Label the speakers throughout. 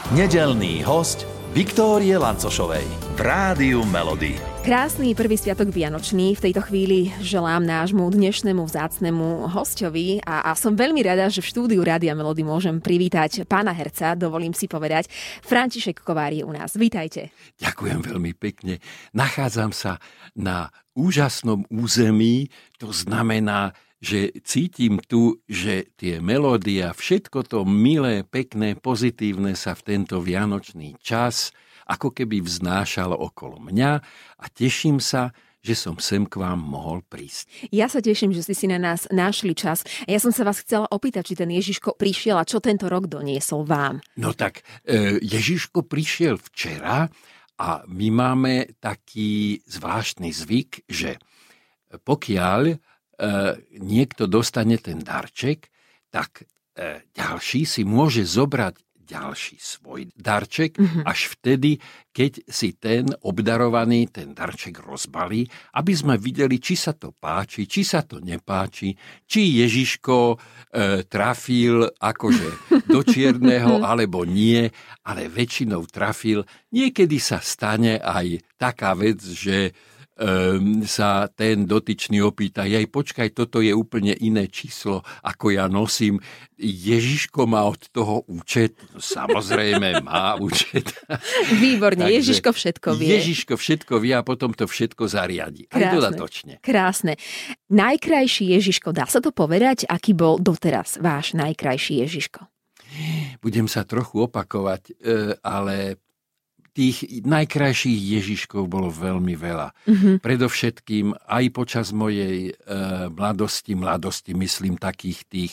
Speaker 1: Nedeľný host Viktórie Lancošovej v Rádiu Melody.
Speaker 2: Krásny prvý sviatok vianočný. V tejto chvíli želám nášmu dnešnému vzácnemu hosťovi a som veľmi rada, že v štúdiu Rádia Melody môžem privítať pána herca, dovolím si povedať. František Kovár je u nás. Vítajte.
Speaker 3: Ďakujem veľmi pekne. Nachádzam sa na úžasnom území, to znamená, že cítim tu, že tie melódy a všetko to milé, pekné, pozitívne sa v tento vianočný čas ako keby vznášalo okolo mňa a teším sa, že som sem k vám mohol prísť.
Speaker 2: Ja sa teším, že ste si na nás našli čas. A ja som sa vás chcela opýtať, či ten Ježiško prišiel a čo tento rok doniesol vám.
Speaker 3: No tak, Ježiško prišiel včera a my máme taký zvláštny zvyk, že pokiaľ niekto dostane ten darček, tak ďalší si môže zobrať ďalší svoj darček, až vtedy, keď si ten obdarovaný ten darček rozbalí, aby sme videli, či sa to páči, či sa to nepáči, či Ježiško trafil akože do čierneho, alebo nie, ale väčšinou trafil. Niekedy sa stane aj taká vec, že sa ten dotyčný opýta, počkaj, toto je úplne iné číslo, ako ja nosím. Ježiško má od toho účet? Samozrejme má účet.
Speaker 2: Výborne, takže Ježiško všetko vie.
Speaker 3: Ježiško všetko vie a potom to všetko zariadi. Aj dodatočne.
Speaker 2: Krásne. Najkrajší Ježiško, dá sa to povedať? Aký bol doteraz váš najkrajší Ježiško?
Speaker 3: Budem sa trochu opakovať, ale tých najkrajších Ježiškov bolo veľmi veľa. Predovšetkým aj počas mojej mladosti, myslím takých tých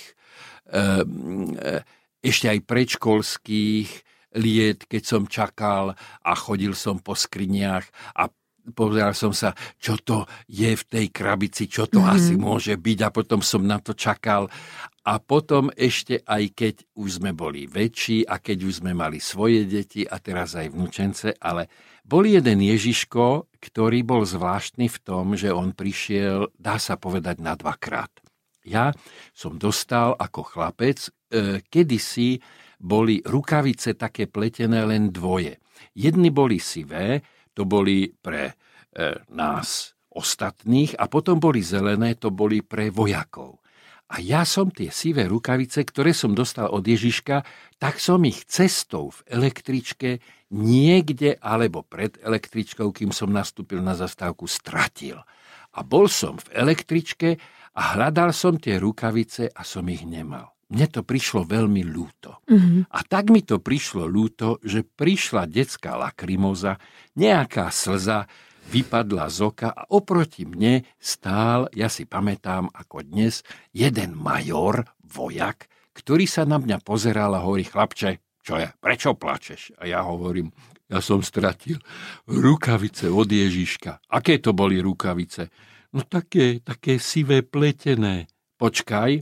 Speaker 3: ešte aj predškolských liet, keď som čakal a chodil som po skriniach a povedal som sa, čo to je v tej krabici, čo to asi môže byť a potom som na to čakal. A potom ešte aj keď už sme boli väčší a keď už sme mali svoje deti a teraz aj vnúčence, ale bol jeden Ježiško, ktorý bol zvláštny v tom, že on prišiel, dá sa povedať, na dvakrát. Ja som dostal ako chlapec, kedysi boli rukavice také pletené len dvoje. Jedny boli sivé, to boli pre nás ostatných a potom boli zelené, to boli pre vojakov. A ja som tie sivé rukavice, ktoré som dostal od Ježiška, tak som ich cestou v električke niekde alebo pred električkou, kým som nastúpil na zastávku, stratil. A bol som v električke a hľadal som tie rukavice a som ich nemal. Mne to prišlo veľmi ľúto. A tak mi to prišlo ľúto, že prišla detská lakrimoza, nejaká slza vypadla z oka a oproti mne stál, ja si pamätám ako dnes, jeden major, vojak, ktorý sa na mňa pozeral a hovorí, chlapče, čo je, prečo plačeš? A ja hovorím, ja som stratil rukavice od Ježiška. Aké to boli rukavice? No také sivé pletené. Počkaj,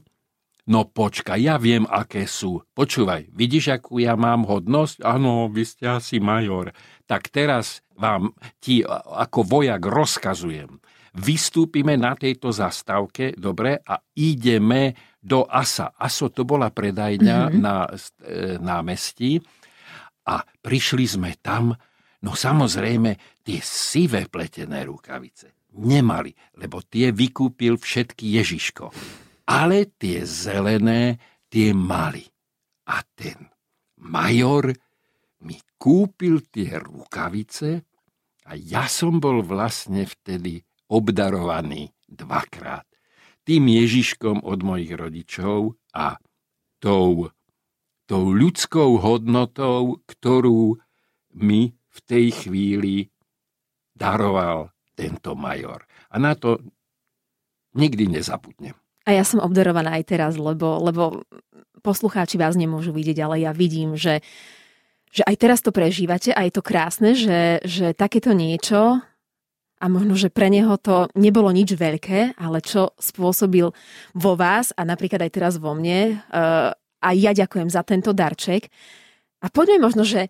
Speaker 3: ja viem, aké sú. Počúvaj, vidíš, akú ja mám hodnosť? Áno, vy ste asi major. Tak teraz ti ako vojak rozkazujem. Vystúpime na tejto zastávke, dobre, a ideme do ASA. ASO to bola predajňa na námestí a prišli sme tam, no samozrejme, tie sivé pletené rukavice nemali, lebo tie vykúpil všetky Ježiško. Ale tie zelené, tie mali. A ten major mi kúpil tie rukavice a ja som bol vlastne vtedy obdarovaný dvakrát. Tým Ježiškom od mojich rodičov a tou ľudskou hodnotou, ktorú mi v tej chvíli daroval tento major. A na to nikdy nezabudnem.
Speaker 2: A ja som obdarovaná aj teraz, lebo poslucháči vás nemôžu vidieť, ale ja vidím, že aj teraz to prežívate a je to krásne, že takéto niečo, a možno, že pre neho to nebolo nič veľké, ale čo spôsobil vo vás a napríklad aj teraz vo mne, a ja ďakujem za tento darček. A poďme možno, že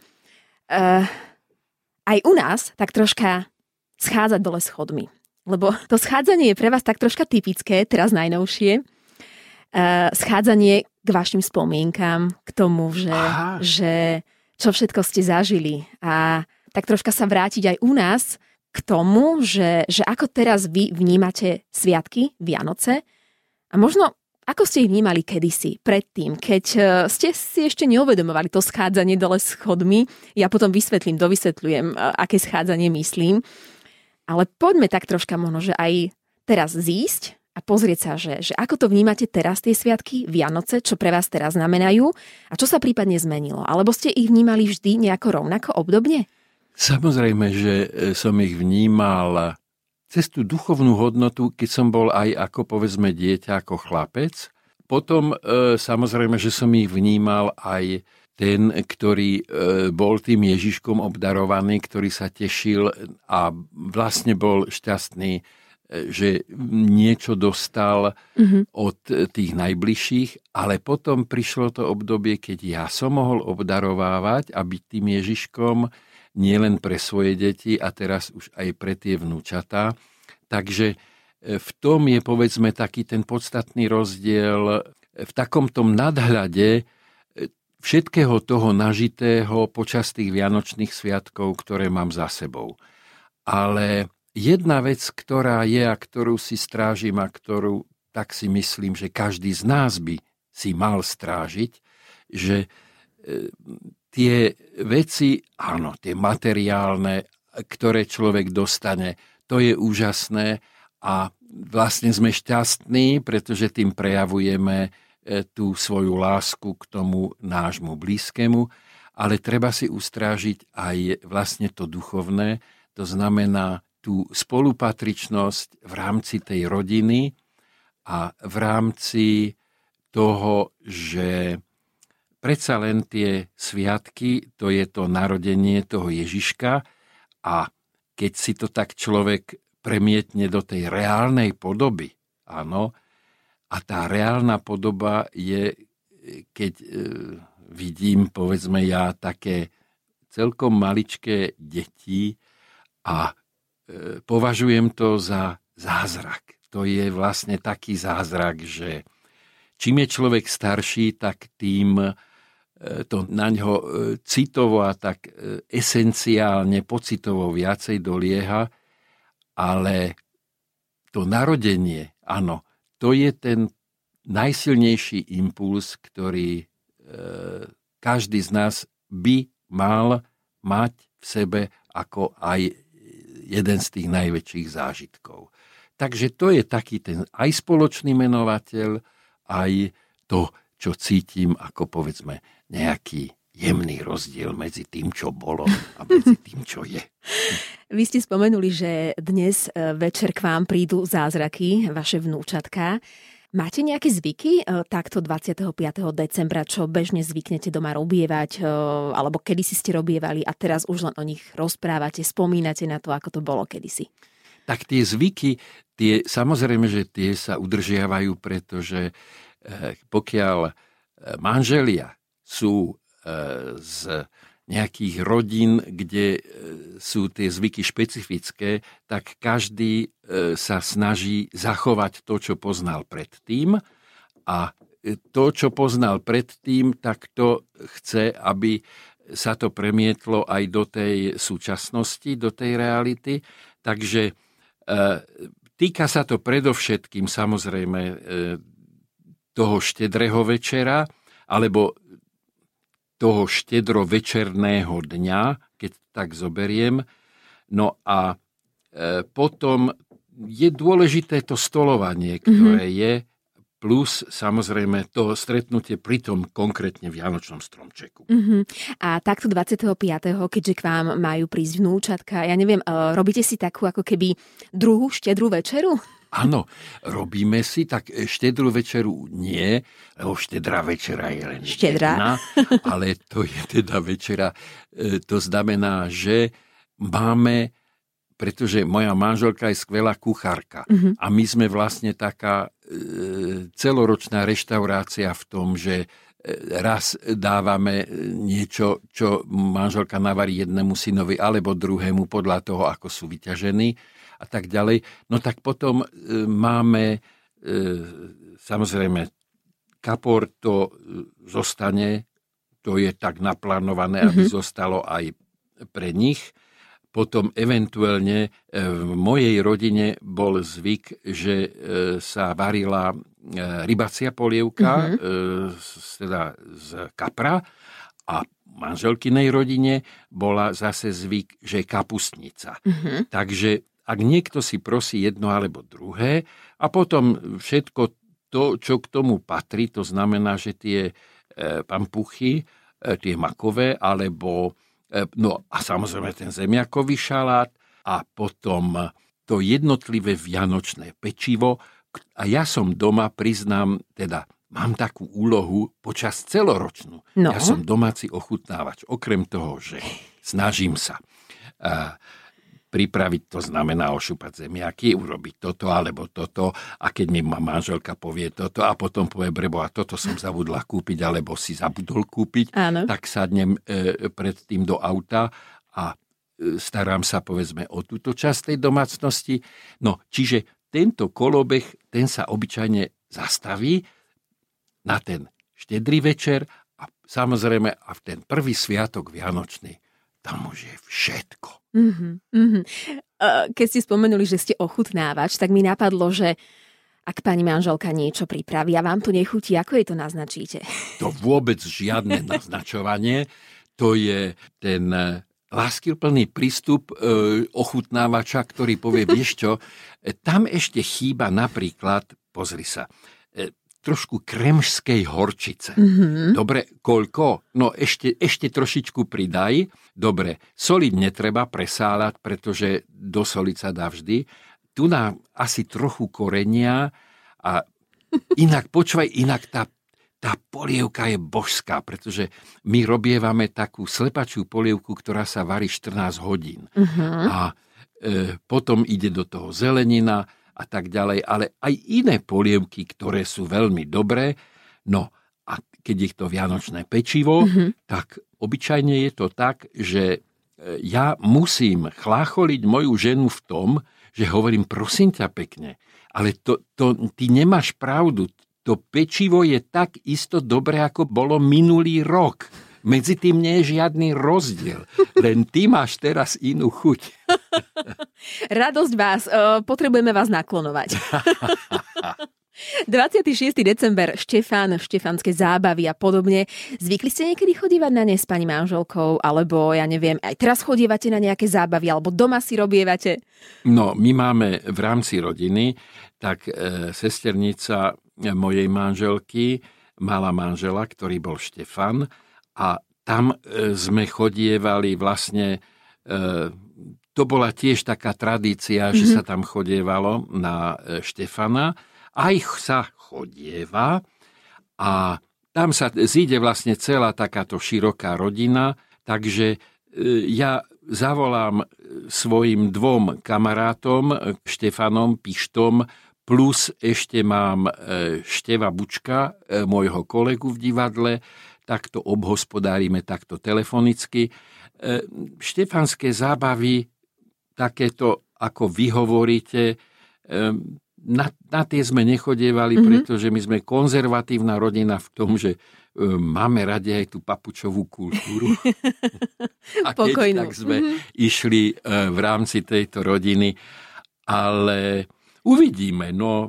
Speaker 2: aj u nás tak troška schádzať dole schodmi. Lebo to schádzanie je pre vás tak troška typické, teraz najnovšie. Schádzanie k vašim spomienkám, k tomu, že čo všetko ste zažili a tak troška sa vrátiť aj u nás k tomu, že ako teraz vy vnímate sviatky, Vianoce a možno ako ste ich vnímali kedysi, predtým, keď ste si ešte neuvedomovali to schádzanie dole schodmi. Ja potom dovysvetľujem, aké schádzanie myslím. Ale poďme tak troška možno, že aj teraz zísť a pozrieť sa, že ako to vnímate teraz tie sviatky, Vianoce, čo pre vás teraz znamenajú a čo sa prípadne zmenilo. Alebo ste ich vnímali vždy nejako rovnako, obdobne?
Speaker 3: Samozrejme, že som ich vnímal cez tú duchovnú hodnotu, keď som bol aj ako povedzme dieťa, ako chlapec. Potom samozrejme, že som ich vnímal aj ten, ktorý bol tým Ježiškom obdarovaný, ktorý sa tešil a vlastne bol šťastný, že niečo dostal od tých najbližších, ale potom prišlo to obdobie, keď ja som mohol obdarovávať a byť tým Ježiškom nielen pre svoje deti a teraz už aj pre tie vnúčatá. Takže v tom je povedzme taký ten podstatný rozdiel v takomto nadhľade všetkého toho nažitého počas tých vianočných sviatkov, ktoré mám za sebou. Ale jedna vec, ktorá je a ktorú si strážim a ktorú tak si myslím, že každý z nás by si mal strážiť, že tie veci, áno, tie materiálne, ktoré človek dostane, to je úžasné a vlastne sme šťastní, pretože tým prejavujeme tú svoju lásku k tomu nášmu blízkemu, ale treba si ustrážiť aj vlastne to duchovné, to znamená tú spolupatričnosť v rámci tej rodiny a v rámci toho, že predsa len tie sviatky, to je to narodenie toho Ježiška a keď si to tak človek premietne do tej reálnej podoby, áno, a tá reálna podoba je, keď vidím, povedzme ja, také celkom maličké deti a považujem to za zázrak. To je vlastne taký zázrak, že čím je človek starší, tak tým to na ňo citovo a tak esenciálne, pocitovo viacej dolieha, ale to narodenie, áno, to je ten najsilnejší impuls, ktorý každý z nás by mal mať v sebe ako aj jeden z tých najväčších zážitkov. Takže to je taký ten aj spoločný menovateľ, aj to, čo cítim ako povedzme nejaký jemný rozdiel medzi tým, čo bolo a medzi tým, čo je.
Speaker 2: Vy ste spomenuli, že dnes večer k vám prídu zázraky, vaše vnúčatká. Máte nejaké zvyky takto 25. decembra, čo bežne zvyknete doma robievať, alebo kedysi ste robievali a teraz už len o nich rozprávate, spomínate na to, ako to bolo kedysi?
Speaker 3: Tak tie zvyky, samozrejme, že tie sa udržiavajú, pretože pokiaľ manželia sú z nejakých rodín, kde sú tie zvyky špecifické, tak každý sa snaží zachovať to, čo poznal predtým a to, čo poznal predtým, tak to chce, aby sa to premietlo aj do tej súčasnosti, do tej reality. Takže týka sa to predovšetkým samozrejme toho štedrého večera, alebo toho štedrovečerného dňa, keď tak zoberiem. No a potom je dôležité to stolovanie, ktoré je, plus samozrejme to stretnutie pri tom konkrétne vianočnom stromčeku.
Speaker 2: A takto 25., keďže k vám majú prísť vnúčatka, ja neviem, robíte si takú ako keby druhú štedrú večeru?
Speaker 3: Áno, robíme si, tak štedrú večeru nie, lebo štedrá večera je len jedna, ale to je teda večera, to znamená, že máme, pretože moja manželka je skvelá kuchárka a my sme vlastne taká celoročná reštaurácia v tom, že raz dávame niečo, čo manželka navarí jednému synovi alebo druhému podľa toho, ako sú vyťažení a tak ďalej. No tak potom máme, samozrejme, kapor to zostane, to je tak naplánované, aby zostalo aj pre nich. Potom eventuálne v mojej rodine bol zvyk, že sa varila rybacia polievka teda z kapra a v manželkinej rodine bola zase zvyk, že kapustnica. Takže ak niekto si prosí jedno alebo druhé a potom všetko to, čo k tomu patrí, to znamená, že tie pampuchy, tie makové alebo no a samozrejme ten zemiakový šalát a potom to jednotlivé vianočné pečivo. A ja som doma, priznám, teda mám takú úlohu počas celoročnú. No. Ja som domáci ochutnávač. Okrem toho, že snažím sa pripraviť, to znamená ošúpať zemiaky, urobiť toto alebo toto a keď mi manželka povie toto a potom povie brebo a toto som zabudla kúpiť alebo si zabudol kúpiť, tak sadnem predtým do auta a starám sa povedzme o túto časť tej domácnosti. No, čiže tento kolobeh, ten sa obyčajne zastaví na ten štedrý večer a samozrejme a v ten prvý sviatok vianočný tam už je všetko.
Speaker 2: Keď ste spomenuli, že ste ochutnávač, tak mi napadlo, že ak pani manželka niečo pripraví a vám to nechutí, ako jej to naznačíte?
Speaker 3: To vôbec žiadne naznačovanie. To je ten láskyplný prístup ochutnávača, ktorý povie, vieš čo, tam ešte chýba napríklad, pozri sa, trošku kremžskej horčice. Dobre, koľko? No ešte trošičku pridaj. Dobre, soliť netreba presáľať, pretože dosoliť sa dá vždy. Tu nám asi trochu korenia a inak, počúvaj, inak tá polievka je božská, pretože my robievame takú slepačiu polievku, ktorá sa varí 14 hodín. A potom ide do toho zelenina, a tak ďalej, ale aj iné polievky, ktoré sú veľmi dobré. No a keď je to vianočné pečivo, tak obyčajne je to tak, že ja musím chlácholiť moju ženu v tom, že hovorím, prosím ťa pekne, ale ty nemáš pravdu. To pečivo je tak isto dobré, ako bolo minulý rok. Medzi tým nie je žiadny rozdiel. Len ty máš teraz inú chuť.
Speaker 2: Radosť vás. Potrebujeme vás naklonovať. 26. december, Štefán, štefanské zábavy a podobne. Zvykli ste niekedy chodívať na ne s pani manželkou? Alebo, ja neviem, aj teraz chodívate na nejaké zábavy? Alebo doma si robievate?
Speaker 3: No, my máme v rámci rodiny, tak sesternica mojej manželky mala manžela, ktorý bol Štefan. A tam sme chodievali vlastne, to bola tiež taká tradícia, že sa tam chodievalo na Štefana. Aj sa chodieva a tam sa zíde vlastne celá takáto široká rodina, takže ja zavolám svojim 2 kamarátom, Štefanom, Pištom, plus ešte mám Števa Bučka, môjho kolegu v divadle, takto obhospodárime, takto telefonicky. Štefanské zábavy, takéto, ako vy hovoríte, na tie sme nechodievali, pretože my sme konzervatívna rodina v tom, že máme radi aj tú papučovú kultúru. A keď tak sme išli v rámci tejto rodiny, ale uvidíme, no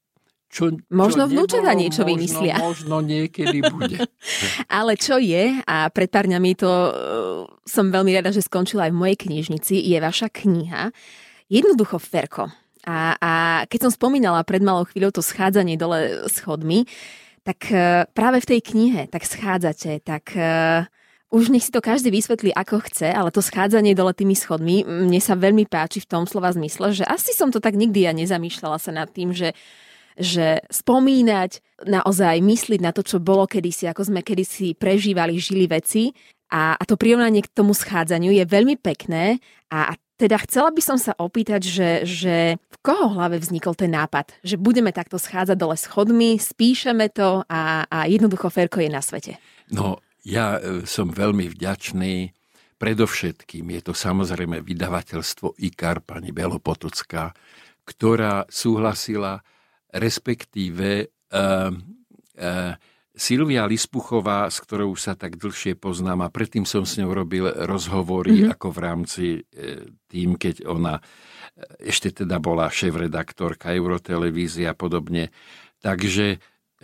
Speaker 2: možno vnúčata niečo vymyslia.
Speaker 3: Možno niekedy bude.
Speaker 2: Ale čo je, a pred pár dňami to som veľmi rada, že skončila aj v mojej knižnici, je vaša kniha Jednoducho Ferko. A keď som spomínala pred malou chvíľou to schádzanie dole schodmi, tak práve v tej knihe tak schádzate, tak už nech si to každý vysvetlí, ako chce, ale to schádzanie dole tými schodmi mne sa veľmi páči v tom slova zmysle, že asi som to tak nikdy ja nezamýšľala sa nad tým, že spomínať, naozaj myslieť na to, čo bolo kedysi, ako sme kedysi prežívali, žili veci a to prirovnanie k tomu schádzaniu je veľmi pekné a teda chcela by som sa opýtať, že v koho hlave vznikol ten nápad, že budeme takto schádzať dole schodmi, spíšeme to a jednoducho Ferko je na svete.
Speaker 3: No, ja som veľmi vďačný. Predovšetkým je to samozrejme vydavateľstvo IKAR, pani Belopotocká, ktorá súhlasila respektíve Silvia Lispuchová, s ktorou sa tak dlhšie poznám a predtým som s ňou robil rozhovory ako v rámci tým, keď ona ešte teda bola šéfredaktorka Eurotelevízie a podobne. Takže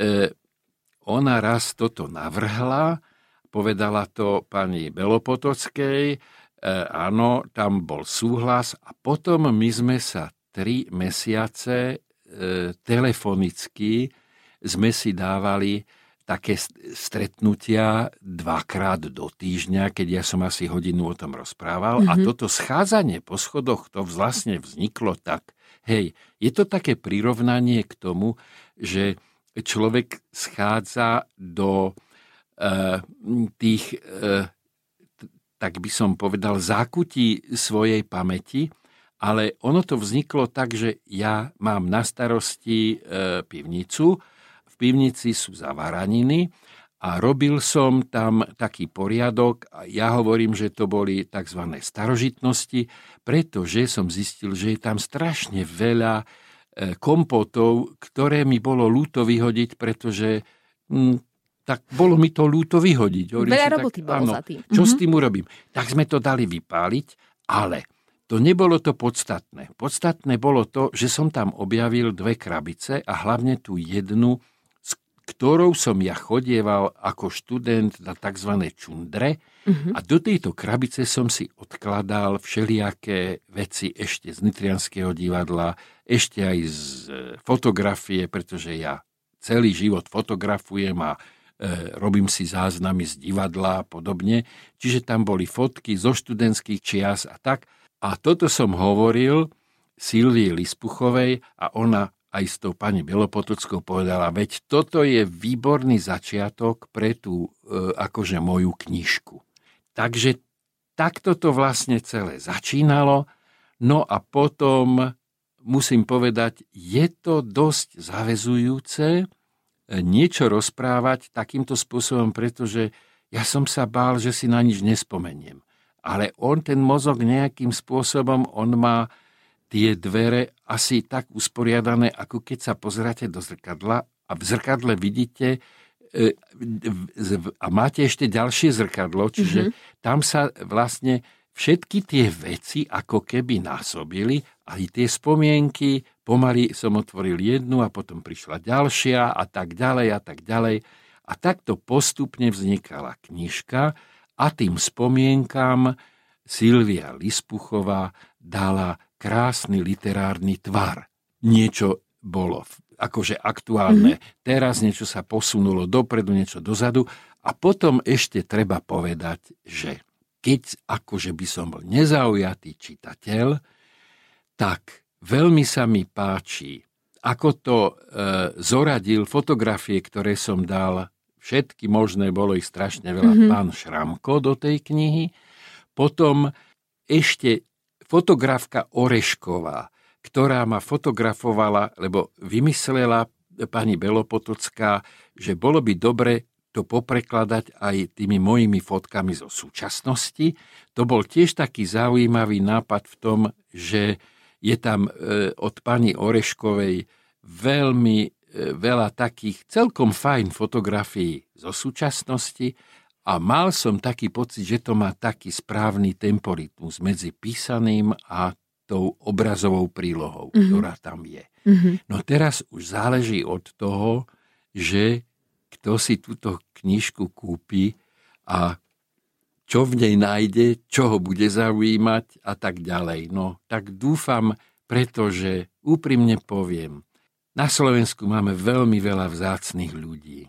Speaker 3: ona raz toto navrhla, povedala to pani Belopotockej, áno, tam bol súhlas a potom my sme sa 3 mesiace telefonicky sme si dávali také stretnutia 2-krát do týždňa, keď ja som asi hodinu o tom rozprával. A toto schádzanie po schodoch, to vlastne vzniklo tak. Hej, je to také prirovnanie k tomu, že človek schádza do tých, tak by som povedal, zákutí svojej pamäti, ale ono to vzniklo tak, že ja mám na starosti pivnicu. V pivnici sú zavaraniny a robil som tam taký poriadok. A ja hovorím, že to boli tzv. Starožitnosti, pretože som zistil, že je tam strašne veľa kompotov, ktoré mi bolo ľúto vyhodiť, pretože tak bolo mi to ľúto vyhodiť.
Speaker 2: Veľa roboty bolo za tým.
Speaker 3: Čo s tým urobím? Tak sme to dali vypáliť, ale to nebolo to podstatné. Podstatné bolo to, že som tam objavil 2 krabice a hlavne tú jednu, s ktorou som ja chodieval ako študent na tzv. Čundre. A do tejto krabice som si odkladal všelijaké veci ešte z Nitrianskeho divadla, ešte aj z fotografie, pretože ja celý život fotografujem a robím si záznamy z divadla a podobne. Čiže tam boli fotky zo študentských čias a tak. A toto som hovoril Silvii Lispuchovej a ona aj s tou pani Belopotockou povedala, veď toto je výborný začiatok pre tú akože moju knižku. Takže takto to vlastne celé začínalo. No a potom musím povedať, je to dosť zaväzujúce niečo rozprávať takýmto spôsobom, pretože ja som sa bál, že si na nič nespomeniem. Ale ten mozog nejakým spôsobom, on má tie dvere asi tak usporiadané, ako keď sa pozeráte do zrkadla a v zrkadle vidíte a máte ešte ďalšie zrkadlo, čiže tam sa vlastne všetky tie veci ako keby násobili a aj tie spomienky, pomaly som otvoril jednu a potom prišla ďalšia a tak ďalej a tak ďalej. A takto postupne vznikala knižka, a tým spomienkam Silvia Lispuchová dala krásny literárny tvar. Niečo bolo akože aktuálne teraz, niečo sa posunulo dopredu, niečo dozadu. A potom ešte treba povedať, že keď akože by som bol nezaujatý čitateľ, tak veľmi sa mi páči, ako to zoradil fotografie, ktoré som dal. Všetky možné, bolo ich strašne veľa, pán Šramko do tej knihy. Potom ešte fotografka Orešková, ktorá ma fotografovala, lebo vymyslela pani Belopotocká, že bolo by dobre to poprekladať aj tými mojimi fotkami zo súčasnosti. To bol tiež taký zaujímavý nápad v tom, že je tam od pani Oreškovej veľmi veľa takých celkom fajn fotografií zo súčasnosti a mal som taký pocit, že to má taký správny temporitmus medzi písaným a tou obrazovou prílohou, ktorá tam je. No teraz už záleží od toho, že kto si túto knižku kúpi a čo v nej nájde, čo ho bude zaujímať a tak ďalej. No tak dúfam, pretože úprimne poviem, na Slovensku máme veľmi veľa vzácnych ľudí.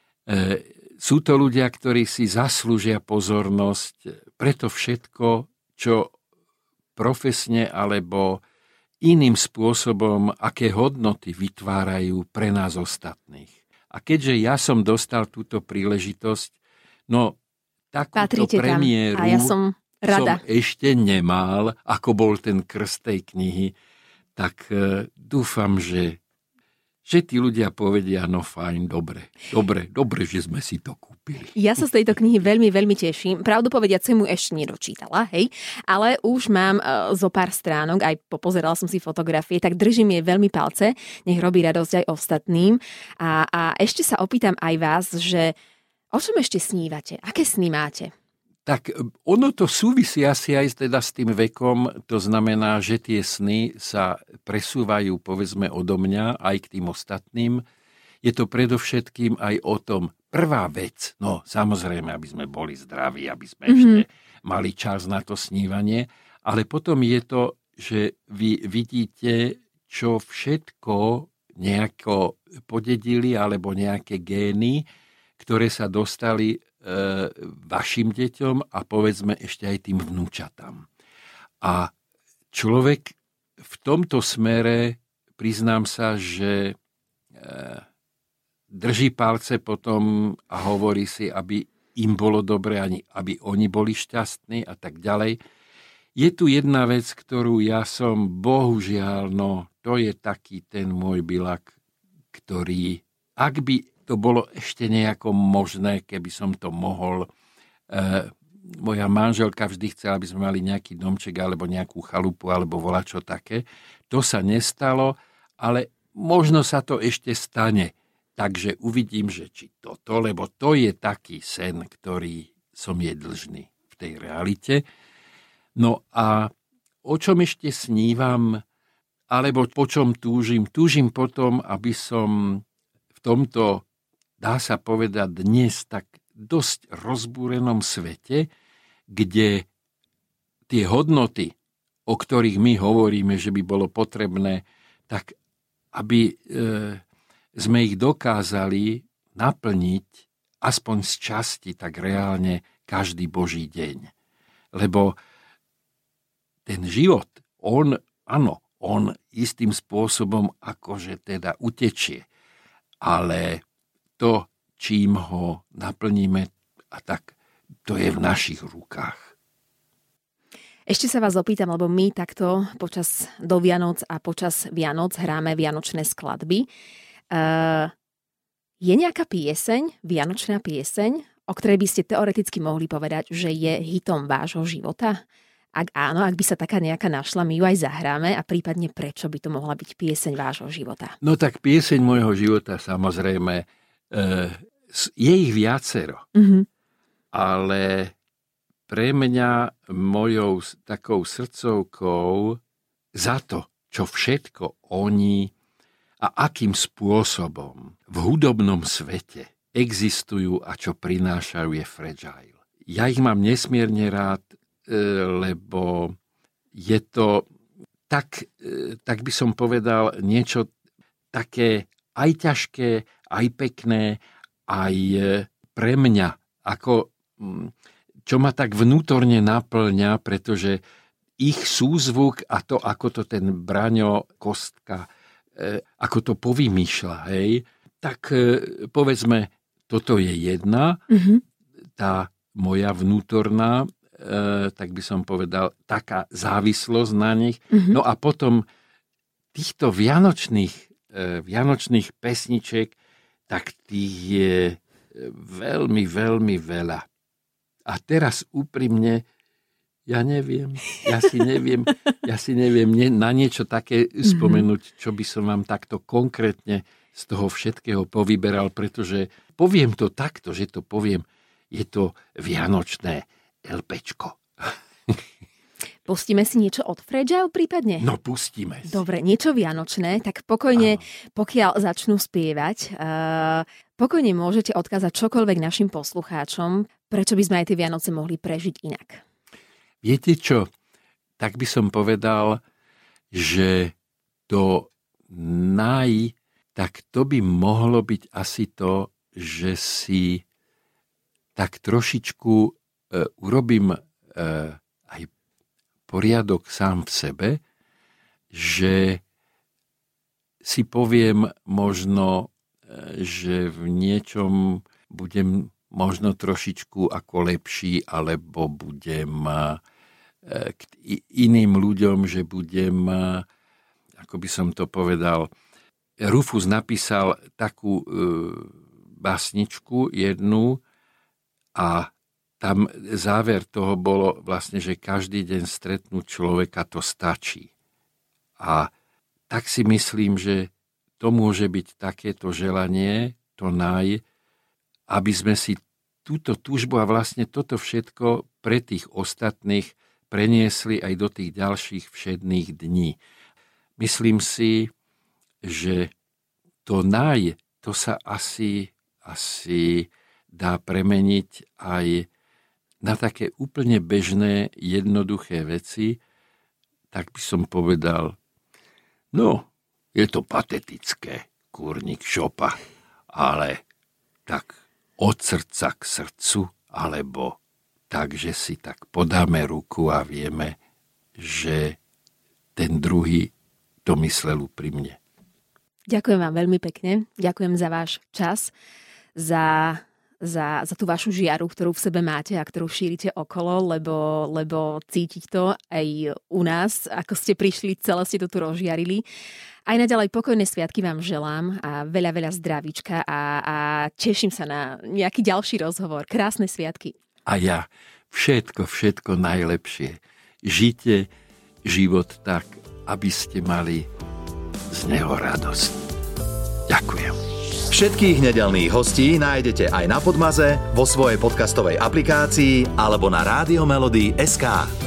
Speaker 3: Sú to ľudia, ktorí si zaslúžia pozornosť pre to všetko, čo profesne alebo iným spôsobom, aké hodnoty vytvárajú pre nás ostatných. A keďže ja som dostal túto príležitosť, no takúto premiéru
Speaker 2: a ja som rada.
Speaker 3: Som ešte nemal, ako bol ten krst tej knihy, tak dúfam, že že tí ľudia povedia, no fajn, dobre, že sme si to kúpili.
Speaker 2: Ja sa z tejto knihy veľmi, veľmi teším. Pravdu povediac, som ju ešte nedočítala, hej, ale už mám zo pár stránok, aj popozerala som si fotografie, tak držím jej veľmi palce, nech robí radosť aj ostatným. A ešte sa opýtam aj vás, že o čom ešte snívate? Aké sny máte?
Speaker 3: Tak ono to súvisí asi aj teda s tým vekom, to znamená, že tie sny sa presúvajú, povedzme, odo mňa aj k tým ostatným. Je to predovšetkým aj o tom, prvá vec, no samozrejme, aby sme boli zdraví, aby sme ešte mali čas na to snívanie, ale potom je to, že vy vidíte, čo všetko nejako podedili, alebo nejaké gény, ktoré sa dostali vašim deťom a povedzme ešte aj tým vnúčatám. A človek v tomto smere, priznám sa, že drží palce potom a hovorí si, aby im bolo dobre, aby oni boli šťastní a tak ďalej. Je tu jedna vec, ktorú ja som, bohužiaľ, no to je taký ten môj bilak, ktorý, ak by to bolo ešte nejako možné, keby som to mohol. Moja manželka vždy chcela, aby sme mali nejaký domček alebo nejakú chalupu alebo volačo také. To sa nestalo, ale možno sa to ešte stane. Takže uvidím, že či toto, lebo to je taký sen, ktorý som jej dlžný v tej realite. No a o čom ešte snívam, alebo po čom túžim? Túžim potom, aby som v tomto, dá sa povedať, dnes tak dosť rozbúrenom svete, kde tie hodnoty, o ktorých my hovoríme, že by bolo potrebné, tak aby sme ich dokázali naplniť aspoň z časti, tak reálne každý Boží deň. Lebo ten život, on istým spôsobom akože teda utečie, ale to, čím ho naplníme, a tak to je v našich rukách.
Speaker 2: Ešte sa vás opýtam, lebo my takto počas do Vianoc a počas Vianoc hráme vianočné skladby. Je nejaká pieseň, vianočná pieseň, o ktorej by ste teoreticky mohli povedať, že je hitom vášho života? Ak áno, ak by sa taká nejaká našla, my ju aj zahráme a prípadne prečo by to mohla byť pieseň vášho života? No
Speaker 3: tak pieseň môjho života, samozrejme, je ich viacero. Ale pre mňa mojou takou srdcovkou za to, čo všetko oni a akým spôsobom v hudobnom svete existujú a čo prinášajú, je Fragile. Ja ich mám nesmierne rád, lebo je to tak by som povedal, niečo také aj ťažké, aj pekné, aj pre mňa, ako, čo ma tak vnútorne naplňa, pretože ich súzvuk a to, ako to ten Braňo Kostka, ako to povymýšľa, hej, tak povedzme, toto je jedna, tá moja vnútorná, tak by som povedal, taká závislosť na nich. No a potom týchto vianočných pesniček, tak tých je veľmi, veľmi veľa. A teraz úprimne, ja si neviem na niečo také spomenúť, čo by som vám takto konkrétne z toho všetkého povyberal, pretože poviem to takto, že to poviem, je to vianočné LPčko.
Speaker 2: Pustíme si niečo od Fragile prípadne?
Speaker 3: No, pustíme si.
Speaker 2: Dobre, niečo vianočné, tak pokojne, pokiaľ začnú spievať, pokojne môžete odkázať čokoľvek našim poslucháčom, prečo by sme aj tie Vianoce mohli prežiť inak.
Speaker 3: Viete čo? Tak by som povedal, že tak to by mohlo byť asi to, že si tak trošičku urobím aj poriadok sám v sebe, že si poviem možno, že v niečom budem možno trošičku ako lepší, alebo budem k iným ľuďom, že budem, ako by som to povedal, Rufus napísal takú básničku jednu a tam záver toho bolo vlastne, že každý deň stretnúť človeka to stačí. A tak si myslím, že to môže byť takéto želanie, to aby sme si túto túžbu a vlastne toto všetko pre tých ostatných preniesli aj do tých ďalších všedných dní. Myslím si, že to sa asi dá premeniť aj na také úplne bežné, jednoduché veci, tak by som povedal, no, je to patetické, kúrnik šopa, ale tak od srdca k srdcu, alebo tak, že si tak podáme ruku a vieme, že ten druhý to myslel úprimne.
Speaker 2: Ďakujem vám veľmi pekne. Ďakujem za váš čas, za tú vašu žiaru, ktorú v sebe máte a ktorú šírite okolo, lebo cítiť to aj u nás, ako ste prišli, celé ste to tu rozžiarili. Aj naďalej pokojné sviatky vám želám a veľa zdravíčka a teším sa na nejaký ďalší rozhovor. Krásne sviatky.
Speaker 3: A ja všetko najlepšie. Žite život tak, aby ste mali z neho radosť. Ďakujem.
Speaker 1: Všetkých nedeľných hostí nájdete aj na Podmaze, vo svojej podcastovej aplikácii alebo na radiomelody.sk.